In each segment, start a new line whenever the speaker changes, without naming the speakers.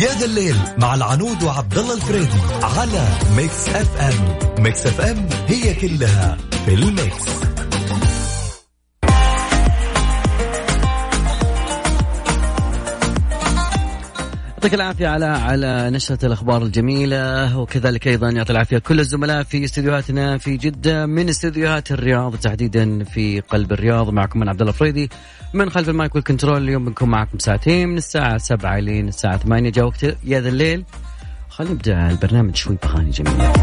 يا ذا الليل مع العنود وعبد الله الفريدي على ميكس اف ام. ميكس اف ام هي كلها في الميكس.
يعطيك العافية على نشرة الأخبار الجميلة، وكذلك أيضا يعطي العافية كل الزملاء في استديوهاتنا في جدة، من استديوهات الرياض تحديدا في قلب الرياض. معكم من عبد الله الفريدي من خلف المايك والكنترول. اليوم بنكون معكم ساعتين من الساعة 7 لين الساعة 8. جاء وقت يا ذا الليل. خلينا نبدأ البرنامج شوي بأغاني جميلة.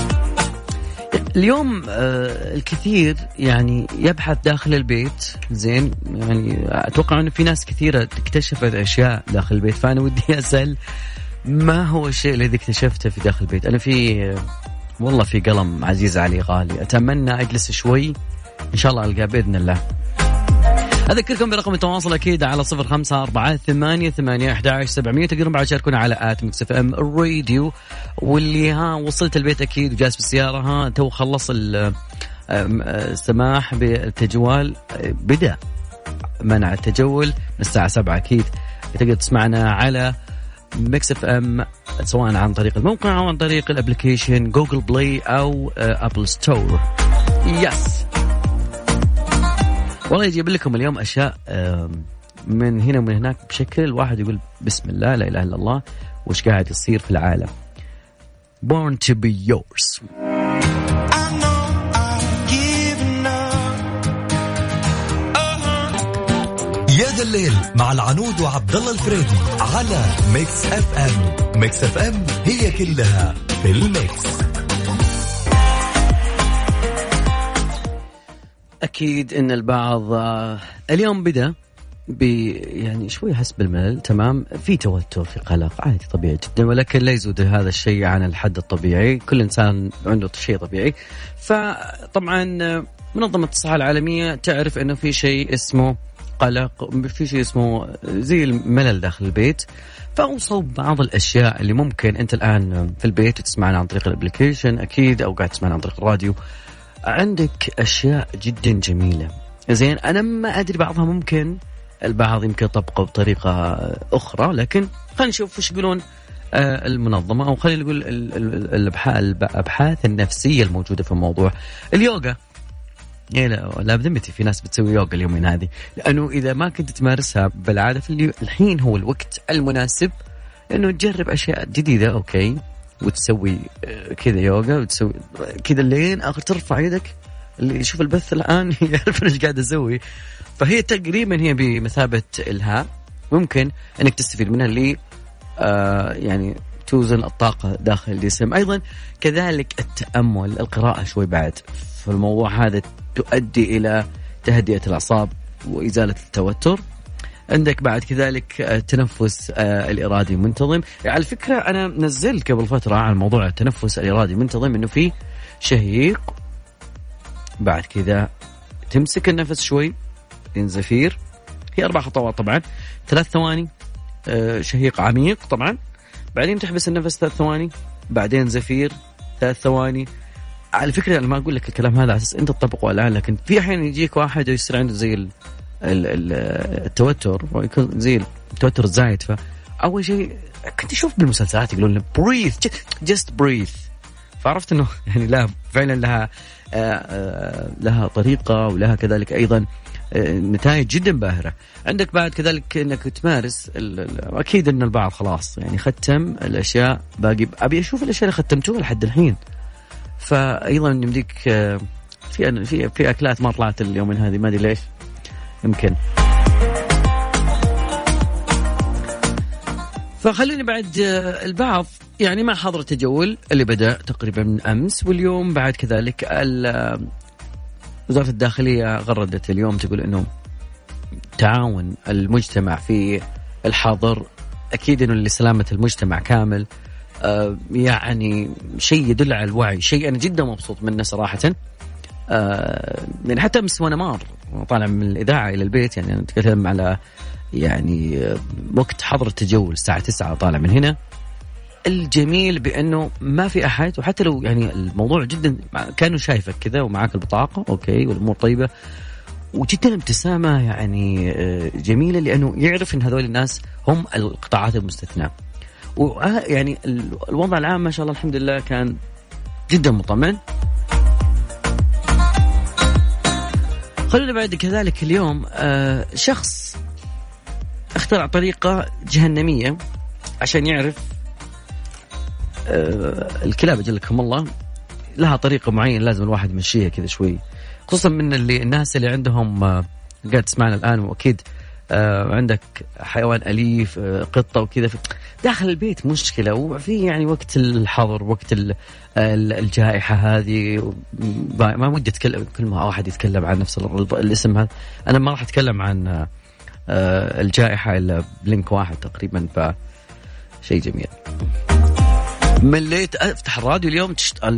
اليوم الكثير يعني يبحث داخل البيت، زين، يعني أتوقع أن في ناس كثيرة اكتشفت أشياء داخل البيت، فأنا ودي أسأل ما هو الشيء الذي اكتشفته في داخل البيت؟ أنا والله في قلم عزيز علي غالي، أتمنى أجلس شوي إن شاء الله ألقاه بإذن الله. أذكركم برقم التواصل أكيد على 0548811700. تقدرون بعد تشاركونا على @mixfm الراديو. واللي وصلت البيت أكيد وجالس بالسيارة تو خلص السماح بالتجوال، بدأ منع التجول من الساعة 7 أكيد. تقدر تسمعنا على ميكس اف ام سواء عن طريق الموقع أو عن طريق الابليكيشن جوجل بلاي أو أبل ستور. يس والله يجيب لكم اليوم أشياء من هنا ومن هناك بشكل الواحد يقول بسم الله لا إله إلا الله وش قاعد يصير في العالم. Born to be yours.
يا ذا الليل مع العنود وعبد الله الفريدي على ميكس اف ام. ميكس اف ام هي كلها في الميكس.
أكيد إن البعض اليوم بدأ يعني شوي حس بالملل، تمام، في توتر، في قلق، عادي طبيعي جدا، ولكن لا يزود هذا الشيء عن الحد الطبيعي. كل إنسان عنده شيء طبيعي. فطبعا منظمة الصحة العالمية تعرف إنه في شيء اسمه قلق، في شيء اسمه زي الملل داخل البيت. فأوصوا بعض الأشياء اللي ممكن أنت الآن في البيت تسمعنا عن طريق الابليكيشن أكيد، أو قاعد تسمعنا عن طريق الراديو. عندك أشياء جدا جميلة، زين، أنا ما أدري بعضها ممكن البعض يمكن يطبقه بطريقة أخرى، لكن خلينا نشوف وش يقولون المنظمة، أو خلينا نقول الأبحاث النفسية الموجودة في الموضوع. اليوغا، لا بذمتي في ناس بتسوي يوغا اليومين هذه، لأنه إذا ما كنت تمارسها بالعادة الحين هو الوقت المناسب إنه تجرب أشياء جديدة. أوكي، وتسوي كذا يوغا، وتسوي كذا اللين آخر ترفع يدك، اللي يشوف البث الآن يعرف إيش قاعد أسوي. فهي تقريبا هي بمثابة إلهاء، ممكن أنك تستفيد منها اللي يعني توزن الطاقة داخل الجسم. أيضا كذلك التأمل، القراءة شوي بعد في الموضوع هذا تؤدي إلى تهدئة الأعصاب وإزالة التوتر. عندك بعد كذلك التنفس الإرادي المنتظم. على فكرة أنا نزلت قبل فترة عن موضوع التنفس الإرادي المنتظم، إنه في شهيق، بعد كذا تمسك النفس شوي، زفير، هي 4 خطوات طبعا، 3 ثواني شهيق عميق طبعا، بعدين تحبس النفس 3 ثواني، بعدين زفير 3 ثواني. على فكرة أنا ما أقول لك الكلام هذا على أساس أنت تطبقه الآن، لكن في أحيان يجيك واحد يصير عنده زي التوتر، ويكون زي التوتر الزايد. فأول شيء كنت أشوف بالمسلسلات يقولون breathe just breathe، فعرفت إنه يعني لا فعلا لها طريقة، ولها كذلك أيضا نتائج جدا باهرة. عندك بعد كذلك إنك تمارس أكيد إن البعض خلاص يعني ختم الأشياء، باقي أبي أشوف الأشياء اللي ختمتوها لحد الحين. فأيضا يمديك في أكلات ما طلعت اليومين هذه، ما أدري ليش، يمكن. فخليني بعد البعض يعني مع حظر التجول اللي بدأ تقريبا من أمس، واليوم بعد كذلك وزارة الداخلية غردت اليوم تقول إنه تعاون المجتمع في الحظر أكيد إنه لسلامة المجتمع كامل. يعني شيء يدل على الوعي، شيء أنا جدا مبسوط منه صراحة. يعني حتى أمس وأنا مار طالع من الإذاعة إلى البيت، يعني أنا أتكلم على يعني وقت حظر التجول الساعة 9 طالع من هنا. الجميل بأنه ما في أحد، وحتى لو يعني الموضوع جدا كانوا شايفك كذا ومعاك البطاقة أوكي والأمور طيبة، وجدا ابتسامة يعني جميلة، لأنه يعرف أن هذول الناس هم القطاعات المستثناة. يعني الوضع العام ما شاء الله الحمد لله كان جدا مطمئن. خلونا بعد كذلك اليوم شخص اخترع طريقة جهنمية عشان يعرف الكلاب أجلكم الله لها طريقة معينة لازم الواحد يمشيها كذا شوي، خصوصا من الناس اللي عندهم قاعد تسمعنا الآن، وأكيد عندك حيوان أليف قطة وكذا داخل البيت مشكلة، وفي يعني وقت الحظر وقت الجائحة هذه ما ودي أتكلم كل ما واحد يتكلم عن نفس الاسم هذا. أنا ما راح أتكلم عن الجائحة إلا بلينك واحد تقريبا، فشيء جميل. مليت أفتح الراديو اليوم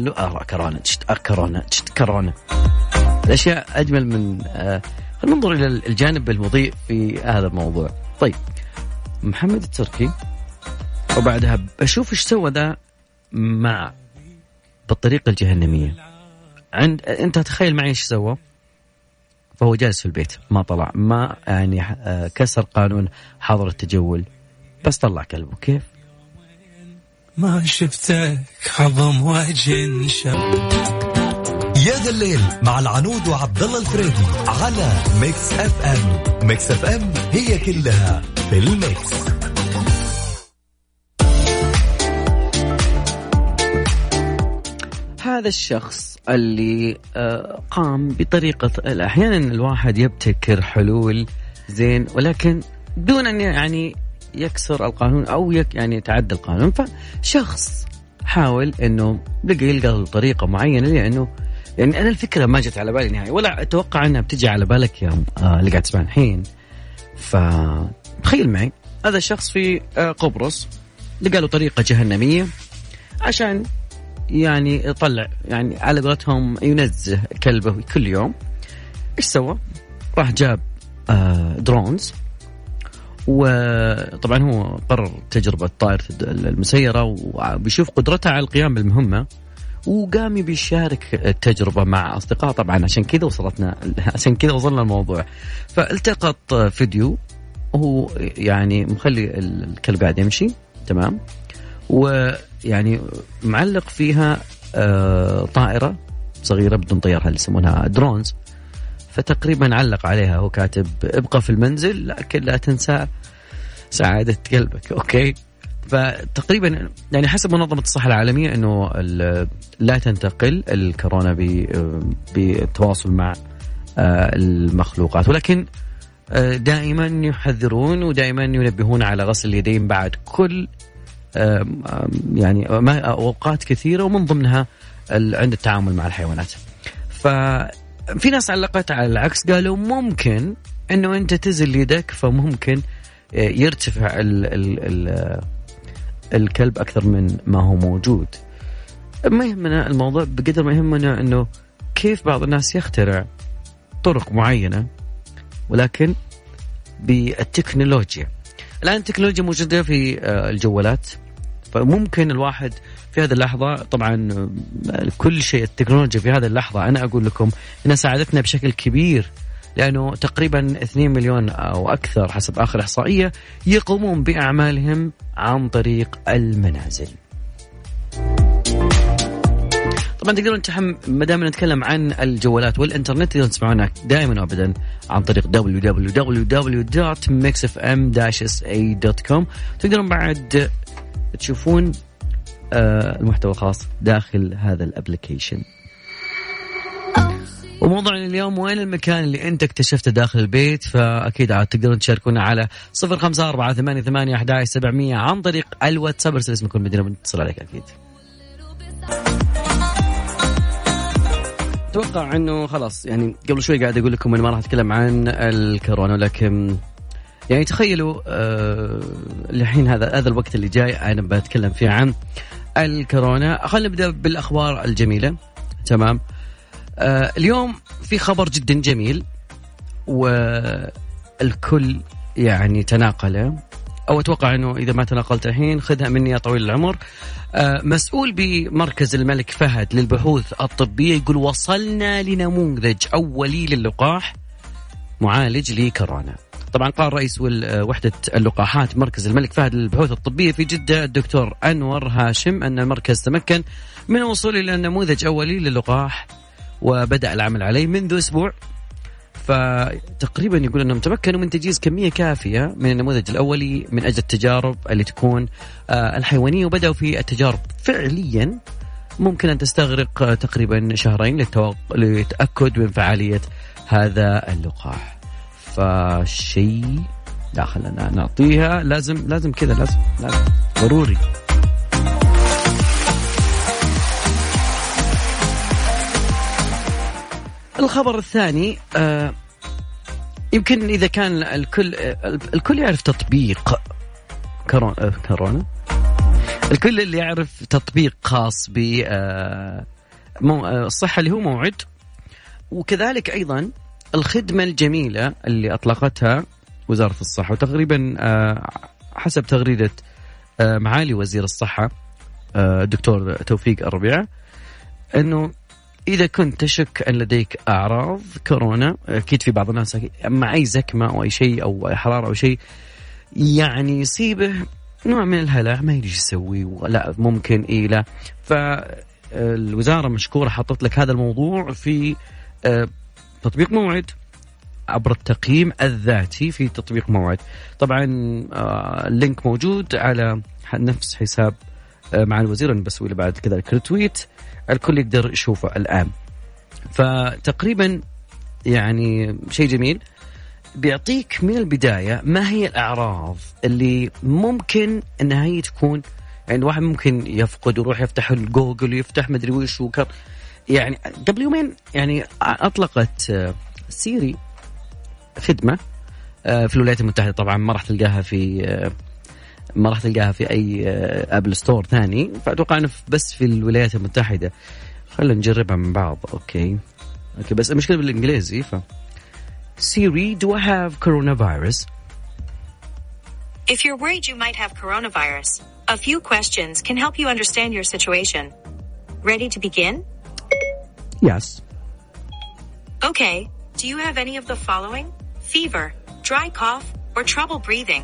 كورونا الأشياء أجمل من خلينا ننظر إلى الجانب المضيء في هذا الموضوع. طيب محمد التركي، وبعدها بشوف إيش سوى ذا مع بالطريقة الجهنمية. أنت تخيل معي إيش سوى. فهو جالس في البيت ما طلع، ما يعني كسر قانون حظر التجول، بس طلع كلبه. كيف؟
ما شفتك عظم وجه
يا ذا الليل مع العنود وعبد الله الفريدي على ميكس اف ام. ميكس اف ام هي كلها في الميكس.
هذا الشخص اللي قام بطريقة، أحيانا الواحد يبتكر حلول زين ولكن دون أن يعني يكسر القانون أو يعني يتعدى القانون. فشخص حاول أنه يلقى طريقة معينة، لأنه يعني أنا الفكرة ما جت على بالي نهائي، ولا أتوقع أنها بتجي على بالك يا اللي قاعد تسمع الحين. فتخيل معي هذا الشخص في قبرص لقى له طريقة جهنمية عشان يعني يطلع، يعني على قولتهم ينزه كلبه كل يوم. إيش سوى؟ راح جاب درونز، وطبعا هو قرر تجربة طائرة المسيرة وبيشوف قدرتها على القيام بالمهمة، وقام بيشارك التجربة مع أصدقاء. طبعا عشان كذا وصلنا الموضوع. فالتقط فيديو وهو يعني مخلي الكلب قاعد يمشي تمام، ويعني معلق فيها طائرة صغيرة بدون طيارها اللي يسمونها درونز. فتقريبا علق عليها هو كاتب ابقى في المنزل لكن لا تنسى سعادة قلبك. أوكي، فتقريبا يعني حسب منظمة الصحة العالمية أنه لا تنتقل الكورونا بالتواصل مع المخلوقات، ولكن دائما يحذرون ودائما ينبهون على غسل اليدين بعد كل يعني أوقات كثيرة، ومن ضمنها عند التعامل مع الحيوانات. ففي ناس علقت على العكس، قالوا ممكن أنه أنت تزل يدك فممكن يرتفع الكلب أكثر من ما هو موجود. ما يهمنا الموضوع بقدر ما يهمنا أنه كيف بعض الناس يخترع طرق معينة ولكن بالتكنولوجيا. الآن التكنولوجيا موجودة في الجوالات، فممكن الواحد في هذه اللحظة، طبعا كل شيء التكنولوجيا في هذه اللحظة أنا أقول لكم إنها ساعدتنا بشكل كبير، لأنه تقريبا 2 مليون أو أكثر حسب آخر إحصائية يقومون بأعمالهم عن طريق المنازل. طبعا تقدرون ما دام نتكلم عن الجوالات والإنترنت تقدرون تسمعونا دائما وأبدا عن طريق www.mixfm-sa.com. تقدرون بعد تشوفون المحتوى الخاص داخل هذا الابليكيشن. وموضوعنا اليوم وين المكان اللي أنت اكتشفته داخل البيت؟ فأكيد عاد تقدرون تشاركونا على 0548811700 عن طريق الواتساب. ارسل اسمك والمدينة بنتصل عليك أكيد. أتوقع أنه خلاص يعني قبل شوي قاعد أقول لكم أنا ما راح أتكلم عن الكورونا، لكن يعني تخيلوا الحين هذا الوقت اللي جاي أنا بتكلم فيه عن الكورونا. خلينا نبدأ بالأخبار الجميلة. تمام، اليوم في خبر جدا جميل والكل يعني تناقله، أو أتوقع أنه إذا ما تناقلت الحين خذها مني يا طويل العمر. مسؤول بمركز الملك فهد للبحوث الطبية يقول وصلنا لنموذج أولي للقاح معالج لكورونا. طبعا قال رئيس وحدة اللقاحات مركز الملك فهد للبحوث الطبية في جدة الدكتور أنور هاشم أن المركز تمكن من الوصول إلى نموذج أولي للقاح وبدأ العمل عليه منذ أسبوع. فتقريبا يقول أنهم تمكنوا من تجهيز كمية كافية من النموذج الأولي من أجل التجارب اللي تكون الحيوانية، وبدأوا في التجارب فعليا ممكن أن تستغرق تقريبا شهرين للتأكد من فعالية هذا اللقاح. فشيء داخلنا نعطيها لازم كذا لازم ضروري. الخبر الثاني يمكن إذا كان الكل يعرف تطبيق كورونا، الكل اللي يعرف تطبيق خاص بالصحة اللي هو موعد، وكذلك أيضا الخدمة الجميلة اللي أطلقتها وزارة الصحة، وتقريبا حسب تغريدة معالي وزير الصحة دكتور توفيق الربيع، أنه إذا كنت تشك أن لديك أعراض كورونا، أكيد في بعض الناس مع أي زكمة أو أي شيء أو أي حرارة أو شيء يعني يصيبه نوع من الهلع، ما يدري يسوي ولا ممكن لا. فالوزارة مشكورة حطت لك هذا الموضوع في تطبيق موعد عبر التقييم الذاتي في تطبيق موعد. طبعا اللينك موجود على نفس حساب مع الوزير، أنا بسوي له بعد كذا ريتويت، الكل يقدر يشوفه الآن. فتقريبا يعني شيء جميل، بيعطيك من البداية ما هي الأعراض اللي ممكن أنها هي تكون، يعني واحد ممكن يفقد ويروح يفتح الجوجل ويفتح مدري ويش يعني قبل يومين يعني أطلقت سيري خدمة في الولايات المتحدة. طبعا ما راح تلقاها في أي أبل ستور ثاني، فأتوقع أنه بس في الولايات المتحدة. خلينا نجربها من بعض. أوكي بس المشكلة بالإنجليزي. Siri, do I have coronavirus?
If you're worried you might have coronavirus, a few questions can help you understand your situation. Ready to begin?
Yes.
Okay, do you have any of the following? Fever, dry cough, or trouble breathing?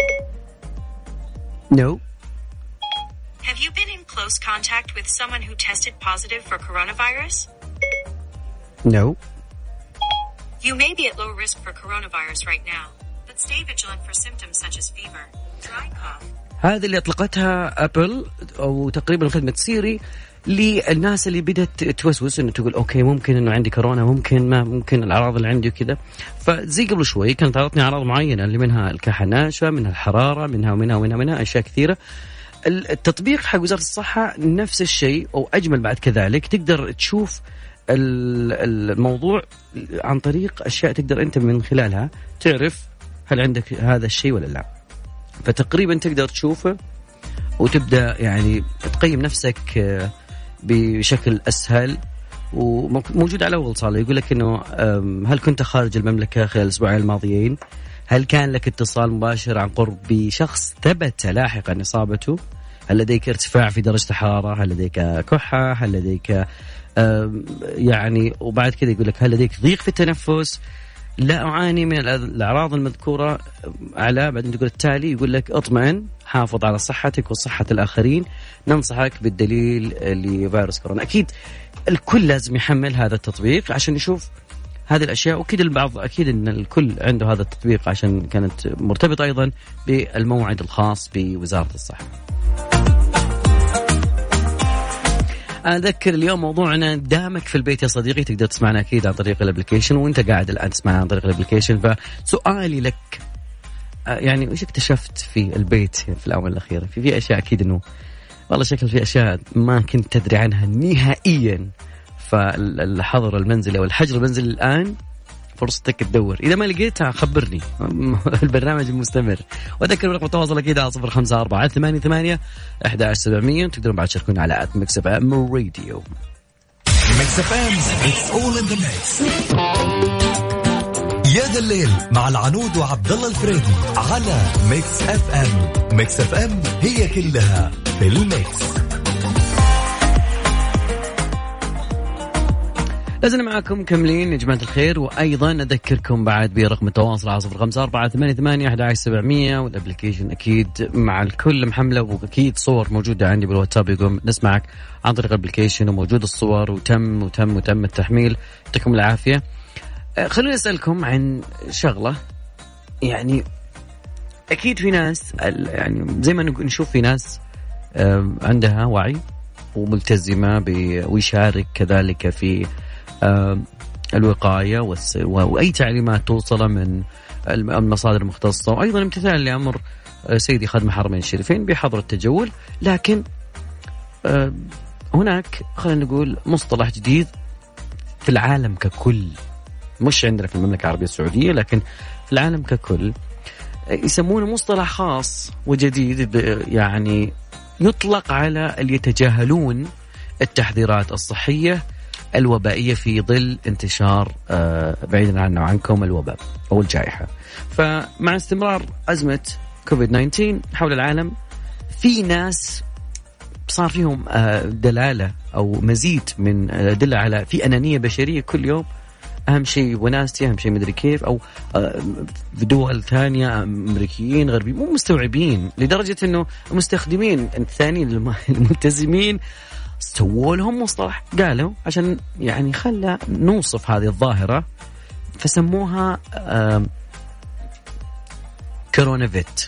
No.
Have you been in close contact with someone who tested positive for coronavirus?
No.
You may be at low risk for coronavirus right now, but stay vigilant for symptoms such as fever, dry cough.
هذه اللي أطلقتها أبل أو تقريبا خدمة سيري للناس اللي بدأت توسوس إنه تقول أوكي ممكن إنه عندي كورونا، ممكن ما ممكن الأعراض اللي عندي وكذا. فزي قبل شوي كانت عرضتني أعراض معينة اللي منها الكحة ناشفة، منها الحرارة، منها أشياء كثيرة. التطبيق حق وزارة الصحة نفس الشيء أو أجمل بعد كذلك، تقدر تشوف الموضوع عن طريق أشياء تقدر أنت من خلالها تعرف هل عندك هذا الشيء ولا لا. فتقريبا تقدر تشوفه وتبدأ يعني تقيم نفسك بشكل أسهل. وموجود على أول صالة يقول لك إنه هل كنت خارج المملكة خلال الأسبوعين الماضيين؟ هل كان لك اتصال مباشر عن قرب بشخص ثبت لاحقا إصابته؟ هل لديك ارتفاع في درجة الحرارة؟ هل لديك كحة؟ هل لديك يعني وبعد كده يقول لك هل لديك ضيق في التنفس؟ لا أعاني من الأعراض المذكورة على. بعدين تقول التالي يقول لك اطمئن، حافظ على صحتك وصحة الآخرين، ننصحك بالدليل لفيروس كورونا. أكيد الكل لازم يحمل هذا التطبيق عشان يشوف هذه الأشياء، وأكيد البعض أكيد أن الكل عنده هذا التطبيق عشان كانت مرتبطة أيضا بالموعد الخاص بوزارة الصحة. أذكر اليوم موضوعنا دامك في البيت يا صديقي، تقدر تسمعنا أكيد عن طريق الابليكيشن، وانت قاعد الآن تسمعنا عن طريق الابليكيشن. فسؤالي لك يعني وش اكتشفت في البيت في الآونة الأخيرة؟ في أشياء أكيد إنه والله شكل في أشياء ما كنت تدري عنها نهائيا. فالحظر المنزلي أو الحجر المنزلي الآن فرصتك تدور، إذا ما لقيتها خبرني. البرنامج المستمر. وأذكر رقم التواصل أكيد على 0548811700. تقدرون بعد تشاركونا على @mixfm_radio.
يا ذا الليل مع العنود وعبد الله الفريدي على ميكس اف ام. ميكس اف ام هي كلها في الميكس.
لازم معاكم كملين يا جماعة الخير. وأيضا أذكركم بعد برقم التواصل على 0548811700 والأبليكيشن أكيد مع الكل محملة، وأكيد صور موجودة عندي بالواتساب يقوم نسمعك عن طريق الأبليكيشن، وموجود الصور وتم التحميل. يعطيكم العافية. خلوني أسألكم عن شغلة. يعني أكيد في ناس يعني زي ما نشوف في ناس عندها وعي وملتزمة ويشارك كذلك في الوقاية وأي تعليمات توصل من المصادر المختصة، وأيضا امتثال لأمر سيدي خادم الحرمين الشريفين بحظر التجول. لكن هناك خلينا نقول مصطلح جديد في العالم ككل، مش عندنا في المملكة العربية السعودية لكن في العالم ككل، يسمونه مصطلح خاص وجديد، يعني يطلق على اللي يتجاهلون التحذيرات الصحية الوبائية في ظل انتشار بعيدا عنا وعنكم الوباء أو الجائحة. فمع استمرار أزمة كوفيد-19 حول العالم، في ناس صار فيهم دلالة أو مزيد من دلة على في أنانية بشرية كل يوم. أهم شيء وناستي، أهم شيء مدري كيف، أو في دول ثانية أمريكيين غربيين مو مستوعبين، لدرجة أنه المستخدمين الثانيين الملتزمين سووا لهم مصطلح قالوا عشان يعني خلى نوصف هذه الظاهرة، فسموها كورونافيت،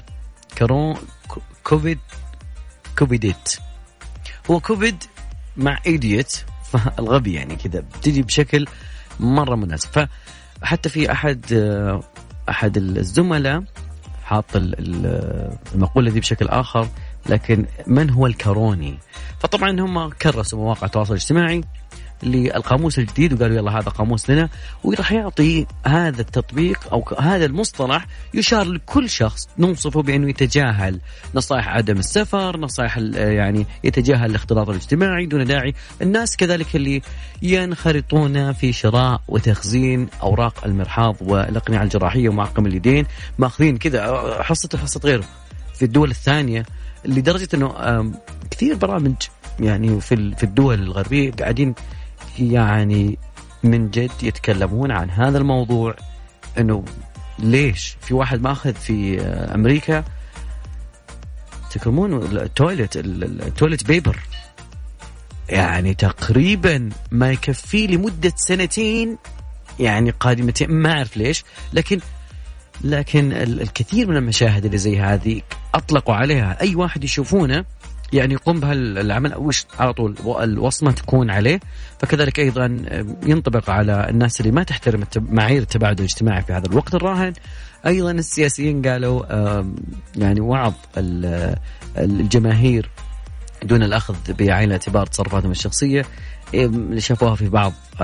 كوفيديت. هو كوفيد مع إيديت، فالغبي يعني كذا بتجي بشكل مرة مناسب. فحتى في أحد الزملاء حاط المقولة دي بشكل آخر، لكن من هو الكروني؟ فطبعا هم كرسوا مواقع التواصل الاجتماعي للقاموس الجديد وقالوا يلا هذا قاموس لنا، وراح يعطي هذا التطبيق أو هذا المصطلح يشار لكل شخص نوصفه بأنه يتجاهل نصائح عدم السفر، نصائح يعني يتجاهل الاختلاط الاجتماعي دون داعي. الناس كذلك اللي ينخرطون في شراء وتخزين أوراق المرحاض والأقنعة الجراحية ومعقم اليدين، ماخذين كذا حصة غيره في الدول الثانية، لدرجة أنه كثير برامج يعني في الدول الغربية قاعدين يعني من جد يتكلمون عن هذا الموضوع، أنه ليش في واحد ماخذ في أمريكا تكرمون التواليت بيبر يعني تقريبا ما يكفي لمدة 2 يعني قادمتين، ما أعرف ليش، لكن الكثير من المشاهد اللي زي هذه أطلقوا عليها أي واحد يشوفونه يعني يقوم بهالعمل وش على طول الوصمة تكون عليه. فكذلك أيضا ينطبق على الناس اللي ما تحترم معايير التباعد الاجتماعي في هذا الوقت الراهن. أيضا السياسيين قالوا يعني وعظ الجماهير دون الأخذ بعين الاعتبار تصرفاتهم الشخصية، اللي شافوها في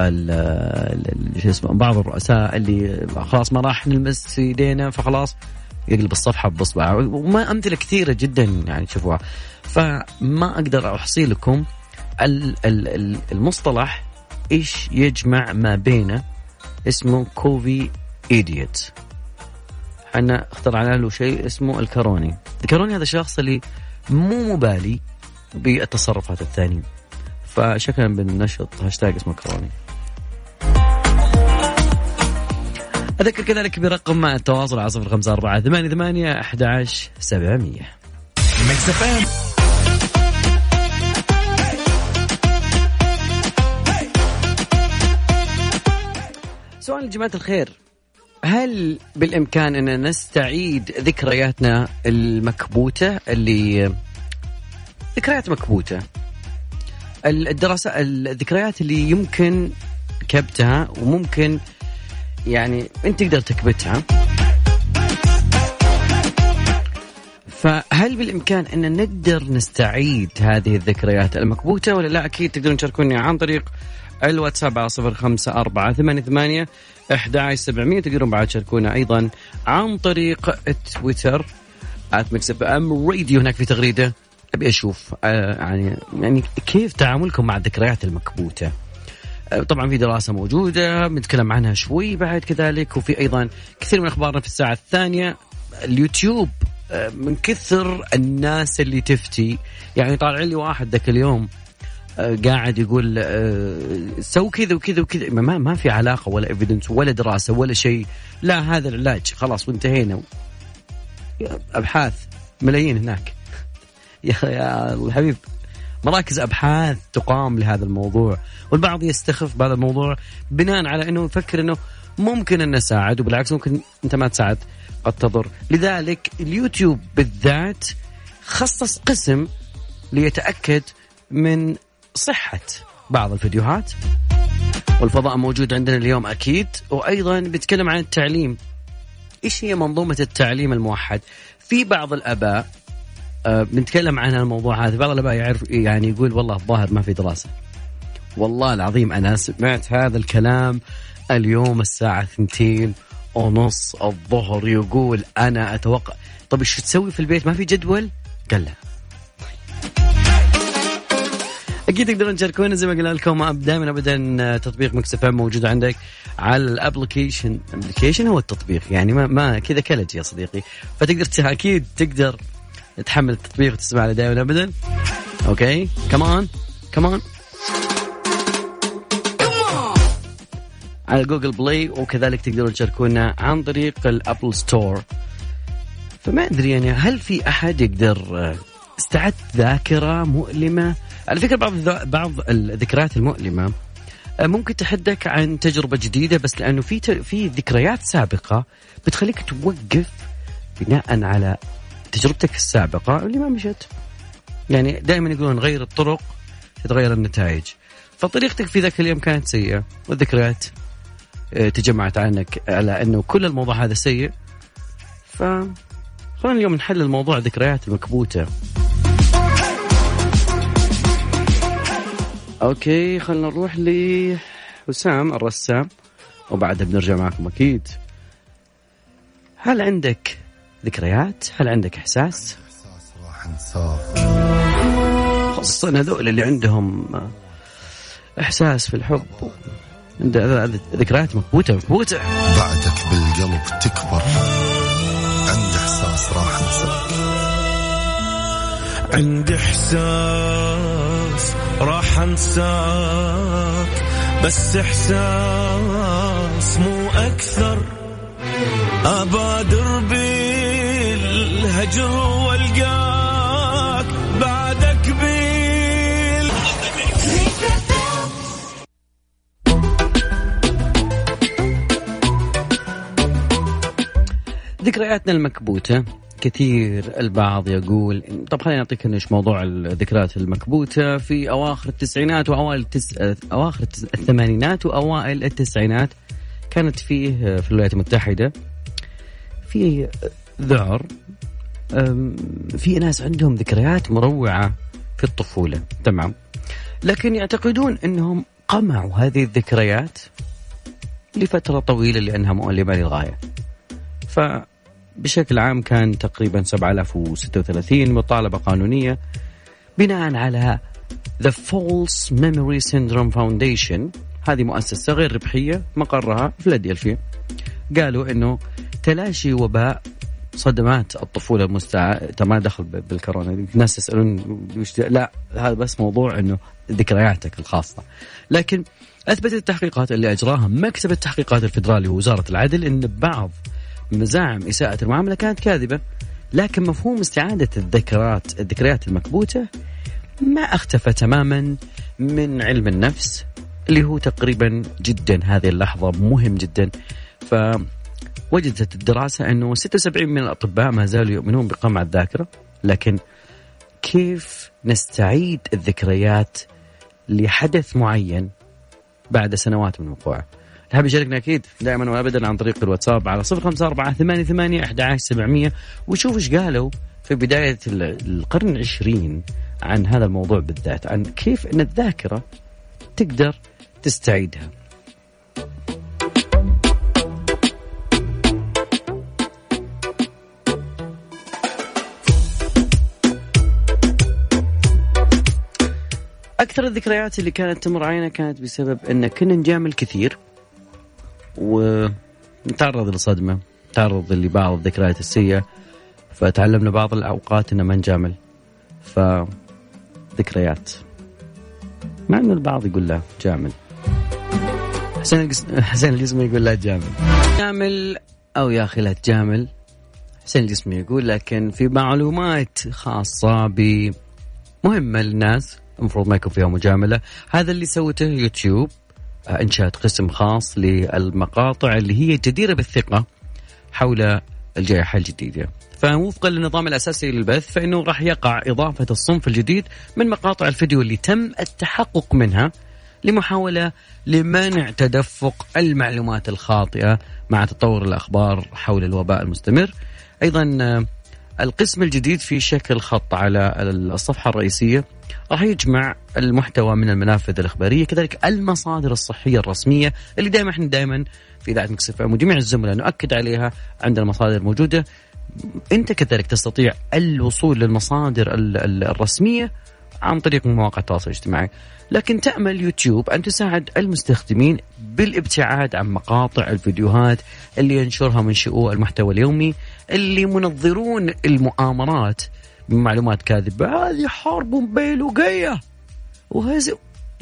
بعض الرؤساء اللي خلاص ما راح نلمس يدينا فخلاص يقلب الصفحة بصبعه، وما أمثلة كثيرة جدا يعني تشوفوها. فما أقدر أحصي لكم المصطلح إيش يجمع ما بينه، اسمه كوفي إيديت. احنا اخترعنا له شيء اسمه الكروني هذا الشخص اللي مو مبالي بالتصرفات الثانية، فشكلا بالنشط هاشتاج اسمه كروني. أذكر كذلك برقم التواصل على 0548811700. سؤال يا جماعة الخير، هل بالإمكان أن نستعيد ذكرياتنا المكبوتة ذكريات مكبوتة، الذكريات اللي يمكن كبتها وممكن يعني أنت تقدر تكبتها؟ فهل بالإمكان أن نقدر نستعيد هذه الذكريات المكبوتة ولا لا؟ أكيد تقدرون تشاركوني عن طريق الواتساب على 0548811700. تقدرون بعد تشاركونا أيضا عن طريق التويتر @mixfmradio. هناك في تغريدة أبي أشوف يعني كيف تعاملكم مع الذكريات المكبوتة. طبعا في دراسة موجودة بنتكلم عنها شوي بعد كذلك، وفي أيضا كثير من أخبارنا في الساعة الثانية. اليوتيوب من كثر الناس اللي تفتي يعني طالع لي واحد ذاك اليوم قاعد يقول سوي كذا وكذا وكذا، ما في علاقة ولا إيفيدنس ولا دراسة ولا شيء، لا هذا العلاج خلاص وانتهينا. أبحاث ملايين هناك يا الحبيب، مراكز أبحاث تقام لهذا الموضوع، والبعض يستخف بهذا الموضوع بناء على أنه يفكر أنه ممكن أن نساعد، وبالعكس ممكن أنت ما تساعد قد تضر. لذلك اليوتيوب بالذات خصص قسم ليتأكد من صحة بعض الفيديوهات، والفضاء موجود عندنا اليوم أكيد. وأيضا بيتكلم عن التعليم، إيش هي منظومة التعليم الموحد. في بعض الآباء بنتكلم عن الموضوع هذا، بعض الآباء يعرف يعني يقول والله الظاهر ما في دراسة. والله العظيم أنا سمعت هذا الكلام اليوم الساعة 2:30 الظهر، يقول أنا أتوقع طب إيش تسوي في البيت، ما في جدول؟ قال لا. أكيد تقدرون تشاركونا زي ما قلنا لكم دائما أبدا. تطبيق ميكس اف ام موجود عندك على الابلكيشن. الابلكيشن هو التطبيق، يعني ما كذا كلج يا صديقي، فتقدر أكيد تقدر تحمل التطبيق وتسمع على دائما أبدا. أوكي كمان على جوجل بلاي، وكذلك تقدرون تشاركونا عن طريق الأبل ستور. فما أدري يعني هل في أحد يقدر استعد ذاكرة مؤلمة؟ على فكرة بعض الذكريات المؤلمة ممكن تحدك عن تجربة جديدة، بس لأنه في ذكريات سابقة بتخليك توقف بناء على تجربتك السابقة اللي ما مشت. يعني دائما يقولون غير الطرق تتغير النتائج، فطريقتك في ذاك اليوم كانت سيئة والذكريات تجمعت عنك على أنه كل الموضوع هذا سيء. فخلينا اليوم نحل الموضوع الذكريات المكبوتة. أوكي خلنا نروح لحسام الرسام وبعدها بنرجع معكم أكيد. هل عندك ذكريات؟ هل عندك إحساس
راح نساه،
خاصة هذول اللي عندهم إحساس في الحب، ذكريات مكبوتة
بعدك بالقلب تكبر، عند إحساس راح نساك،
عندي إحساس راح أنساك، بس إحساس مو أكثر، أبادر بالهجر والقاك بعدك
ذكرياتنا المكبوتة. كثير البعض يقول طب خلينا نعطيك إيش موضوع الذكريات المكبوتة. في أواخر التسعينات وأوائل أواخر الثمانينات وأوائل التسعينات كانت فيه في الولايات المتحدة في ذعر، في ناس عندهم ذكريات مروعة في الطفولة، تمام، لكن يعتقدون أنهم قمعوا هذه الذكريات لفترة طويلة لأنها مؤلمة للغاية. فبشكل عام كان تقريبا 7036 مطالبة قانونية بناء على The False Memory Syndrome Foundation. هذه مؤسسة غير ربحية مقرها في فيلادلفيا. قالوا أنه تلاشي وباء صدمات الطفولة ما دخل بالكورونا. الناس يسألون لا، هذا بس موضوع أنه ذكرياتك الخاصة. لكن أثبتت التحقيقات اللي أجراها مكتب التحقيقات الفيدرالي ووزارة العدل أن بعض مزاعم إساءة المعاملة كانت كاذبة، لكن مفهوم استعادة الذكريات المكبوتة ما اختفى تماما من علم النفس اللي هو تقريبا جدا هذه اللحظة مهم جدا. فوجدت الدراسة أنه 76 من الأطباء ما زالوا يؤمنون بقمع الذاكرة، لكن كيف نستعيد الذكريات لحدث معين بعد سنوات من وقوعه؟ حاب يشاركنا أكيد دائما وأبدا عن طريق الواتساب على 0548811700 وشوف إيش قالوا في بداية القرن 20 عن هذا الموضوع بالذات، عن كيف أن الذاكرة تقدر تستعيدها. أكثر الذكريات اللي كانت تمر علينا كانت بسبب أن كنا نجامل كثير ونتعرض لصدمة، نتعرض لبعض الذكريات السيئة، فتعلمنا بعض الأوقات أن ما نجامل. فذكريات مع أنه البعض يقول لا جامل. حسين الجسمي يقول لا جامل أو يا أخي لا تجامل. حسين الجسمي يقول لكن في معلومات خاصة مهمة للناس المفروض ما يكون فيها مجاملة. هذا اللي سوته يوتيوب، انشأت قسم خاص للمقاطع اللي هي جديرة بالثقة حول الجائحة الجديدة. فوفقا للنظام الأساسي للبث فإنه راح يقع إضافة الصنف الجديد من مقاطع الفيديو اللي تم التحقق منها لمحاولة لمنع تدفق المعلومات الخاطئة مع تطور الأخبار حول الوباء المستمر. أيضا القسم الجديد في شكل خط على الصفحة الرئيسية راح يجمع المحتوى من المنافذ الإخبارية، كذلك المصادر الصحية الرسمية اللي دائما في إذاعة ميكس اف ام وجميع الزملاء نؤكد عليها. عندنا مصادر موجودة، أنت كذلك تستطيع الوصول للمصادر الرسمية عن طريق مواقع التواصل الاجتماعي، لكن تأمل يوتيوب أن تساعد المستخدمين بالابتعاد عن مقاطع الفيديوهات اللي ينشرها منشئو المحتوى اليومي اللي منظرون المؤامرات بمعلومات كاذبة. هذه حرب بيلوقية وهذا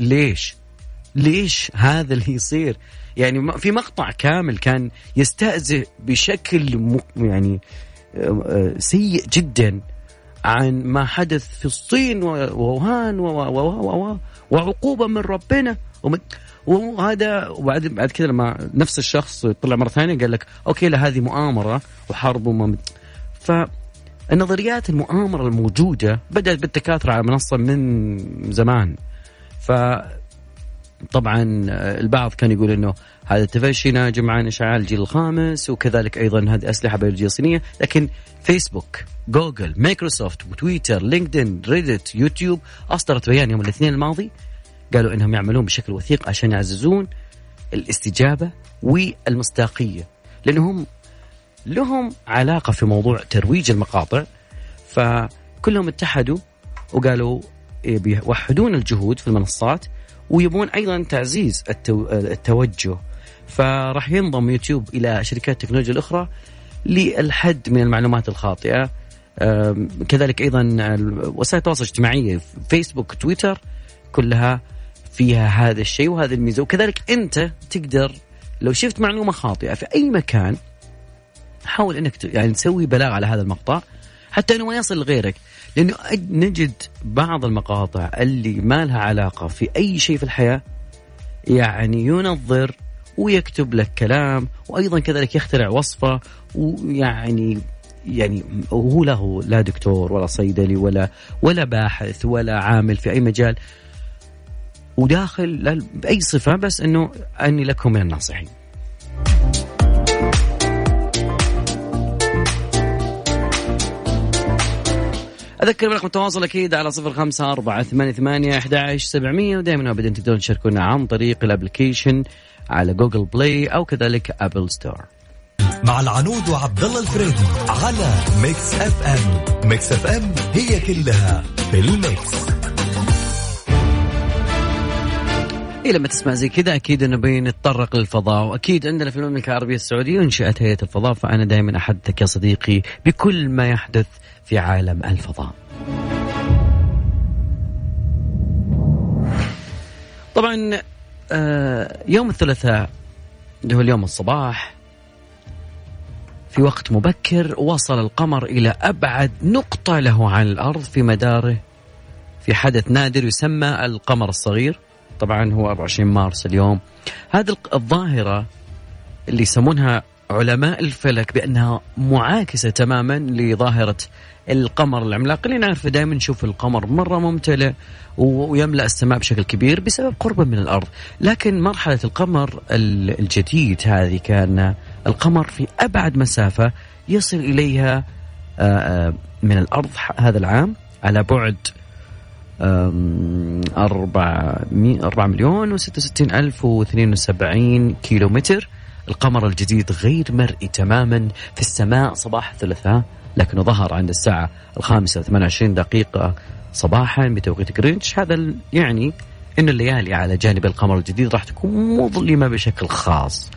ليش هذا اللي يصير؟ يعني في مقطع كامل كان يستهزئ بشكل يعني سيء جدا عن ما حدث في الصين ووهان وعقوبة من ربنا وهذا. وبعد كده لما نفس الشخص طلع مرة ثانية قال لك أوكي لا هذه مؤامرة وحرب فالنظريات المؤامرة الموجودة بدأت بالتكاثر على منصة من زمان. طبعا البعض كان يقول إنه هذا التفشي ناجم عن إشعال الجيل الخامس، وكذلك أيضا هذه أسلحة بيولوجية صينية. لكن فيسبوك، جوجل، مايكروسوفت، وتويتر، لينكدين، ريدت، يوتيوب أصدرت بيان يوم الاثنين الماضي قالوا إنهم يعملون بشكل وثيق عشان يعززون الاستجابة والمصداقية، لأنهم لهم علاقة في موضوع ترويج المقاطع. فكلهم اتحدوا وقالوا بيوحدون الجهود في المنصات ويبون أيضا تعزيز التوجه. فراح ينضم يوتيوب إلى شركات التكنولوجيا الأخرى للحد من المعلومات الخاطئة. كذلك أيضا وسائل التواصل الاجتماعي فيسبوك تويتر كلها فيها هذا الشيء وهذا الميزة. وكذلك أنت تقدر لو شفت معلومة خاطئة في أي مكان حاول أنك يعني تسوي بلاغ على هذا المقطع حتى أنه ما يصل لغيرك، لأنه نجد بعض المقاطع اللي ما لها علاقة في أي شيء في الحياة يعني ينظر ويكتب لك كلام وأيضا كذلك يخترع وصفة ويعني وهو له لا دكتور ولا صيدلي ولا باحث ولا عامل في أي مجال وداخل بأي صفة، بس أنه أني لكم من الناصحين. أذكر برقم التواصل أكيد على 0548811700 ودائما أبدا تقدرون تشاركونا عن طريق الابليكيشن على جوجل بلاي أو كذلك أبل ستور.
مع العنود وعبد الله الفريدي على ميكس اف ام. ميكس اف ام هي كلها في الميكس.
لما تسمع زي كذا أكيد نبي نتطرق للفضاء، وأكيد عندنا في المملكة العربية السعودية انشأت هيئة الفضاء، فأنا دائما أحدثك يا صديقي بكل ما يحدث في عالم الفضاء. طبعا يوم الثلاثاء اللي هو اليوم الصباح في وقت مبكر وصل القمر إلى أبعد نقطة له عن الأرض في مداره في حدث نادر يسمى القمر الصغير. طبعا هو 24 مارس اليوم. هذه الظاهرة اللي يسمونها علماء الفلك بأنها معاكسة تماما لظاهرة القمر العملاق اللي نعرفه دائما نشوف القمر مرة ممتلئ ويملأ السماء بشكل كبير بسبب قربه من الأرض. لكن مرحلة القمر الجديد هذه كان القمر في أبعد مسافة يصل إليها من الأرض هذا العام على بعد 4,066,072 كيلومتر. القمر الجديد غير مرئي تماما في السماء صباح الثلاثاء، لكنه ظهر عند الساعة 5:28 صباحا بتوقيت غرينتش. هذا يعني إن الليالي على جانب القمر الجديد راح تكون مظلمة بشكل خاص.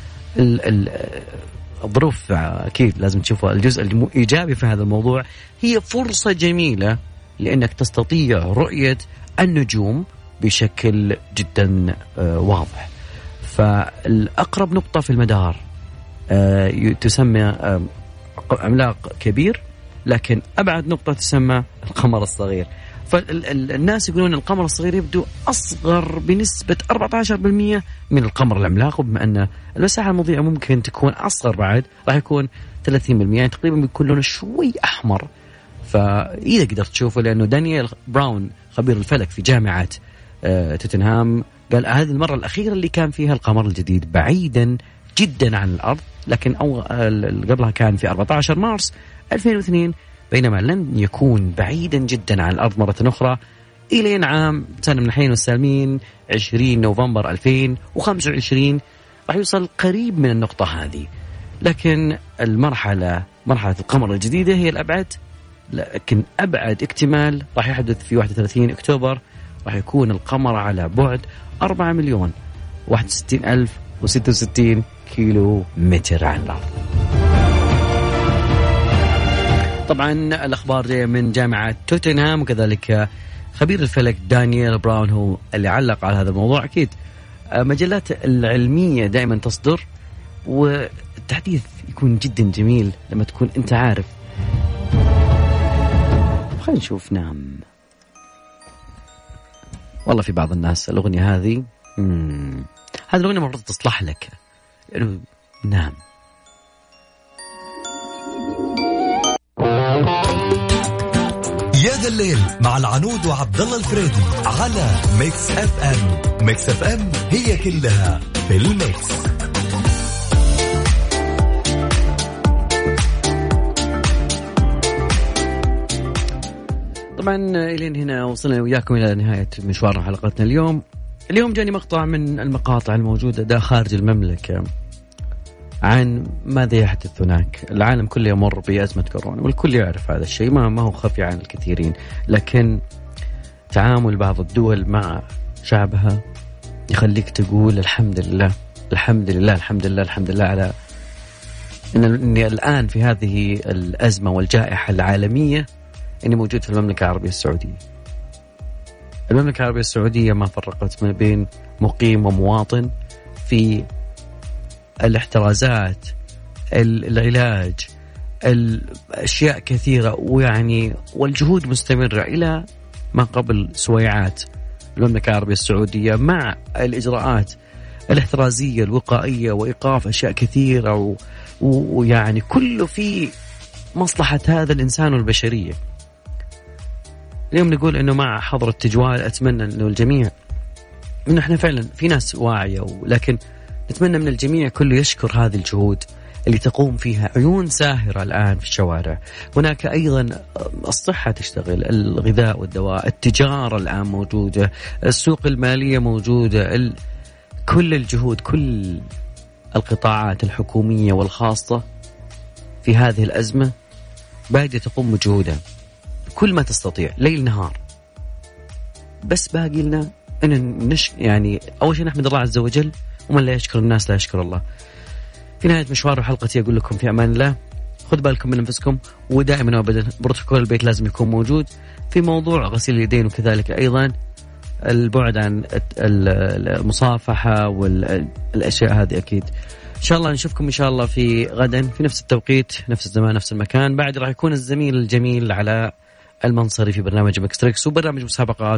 الظروف أكيد لازم تشوفها. الجزء الإيجابي في هذا الموضوع هي فرصة جميلة لأنك تستطيع رؤية النجوم بشكل جدا واضح. فالأقرب نقطة في المدار تسمى عملاق كبير، لكن أبعد نقطة تسمى القمر الصغير. فالناس يقولون القمر الصغير يبدو أصغر بنسبة 14% من القمر العملاق، وبما أن المساحة المضيئة ممكن تكون أصغر بعد راح يكون 30%، يعني تقريبا بيكون لونه شوي أحمر. فإذا قدرت تشوفه، لأنه دانيال براون خبير الفلك في جامعة توتنهام قال هذه المرة الأخيرة اللي كان فيها القمر الجديد بعيدا جدا عن الأرض، لكن قبلها كان في 14 مارس 2002، بينما لن يكون بعيدا جدا عن الأرض مرة أخرى إلى عام سنة من الحين والسالمين 20 نوفمبر 2025 راح يوصل قريب من النقطة هذه. لكن مرحلة القمر الجديدة هي الأبعد، لكن أبعد اكتمال راح يحدث في 31 أكتوبر، راح يكون القمر على بعد 4,061,066 كيلو متر عن الأرض. طبعا الأخبار جاية من جامعة توتنهام، وكذلك خبير الفلك دانيال براون هو اللي علق على هذا الموضوع. أكيد مجلات العلمية دائما تصدر، والتحديث يكون جدا جميل لما تكون أنت عارف. خلينا نشوف. نعم والله في بعض الناس الأغنية هذه هذه الأغنية مرة تصلح لك، يعني نعم.
يا ذا الليل مع العنود وعبد الله الفريدي على ميكس اف ام. ميكس اف ام هي كلها في الميكس.
طبعا إلين هنا وصلنا وياكم إلى نهاية مشوار حلقتنا اليوم. جاني مقطع من المقاطع الموجودة دا خارج المملكة عن ماذا يحدث هناك. العالم كله يمر بأزمة كورونا والكل يعرف هذا الشيء، ما هو خفي عن الكثيرين، لكن تعامل بعض الدول مع شعبها يخليك تقول الحمد لله الحمد لله الحمد لله الحمد لله على إني الآن في هذه الأزمة والجائحة العالمية إني موجود في المملكة العربية السعودية. المملكة العربية السعودية ما فرقت ما بين مقيم ومواطن في الاحترازات، العلاج، الأشياء كثيرة، ويعني والجهود مستمرة إلى ما قبل سويعات المملكة العربية السعودية مع الإجراءات الاحترازية الوقائية وإيقاف أشياء كثيرة ويعني كله في مصلحة هذا الإنسان والبشرية. اليوم نقول إنه مع حظر التجوال أتمنى إنه الجميع، إنه إحنا فعلا في ناس واعية، لكن نتمنى من الجميع كله يشكر هذه الجهود اللي تقوم فيها عيون ساهرة الآن في الشوارع. هناك أيضا الصحة تشتغل، الغذاء والدواء، التجارة الآن موجودة، السوق المالية موجودة، كل الجهود، كل القطاعات الحكومية والخاصة في هذه الأزمة باقي تقوم بجهودها كل ما تستطيع ليل نهار. بس باقي لنا أن يعني أول شيء نحمد الله عز وجل، ومن لا يشكر الناس لا يشكر الله. في نهاية مشوار حلقتي أقول لكم في أمان الله، خذ بالكم من أنفسكم، ودائما وأبدا بروتوكول البيت لازم يكون موجود في موضوع غسيل اليدين، وكذلك أيضا البعد عن المصافحة والأشياء هذه. أكيد إن شاء الله نشوفكم إن شاء الله في غدا في نفس التوقيت نفس الزمان نفس المكان. بعد راح يكون الزميل الجميل على المنصري في برنامج مكستريكس وبرنامج مسابقات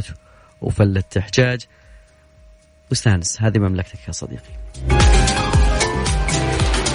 وفلة حجاج. واستانس، هذه مملكتك يا صديقي.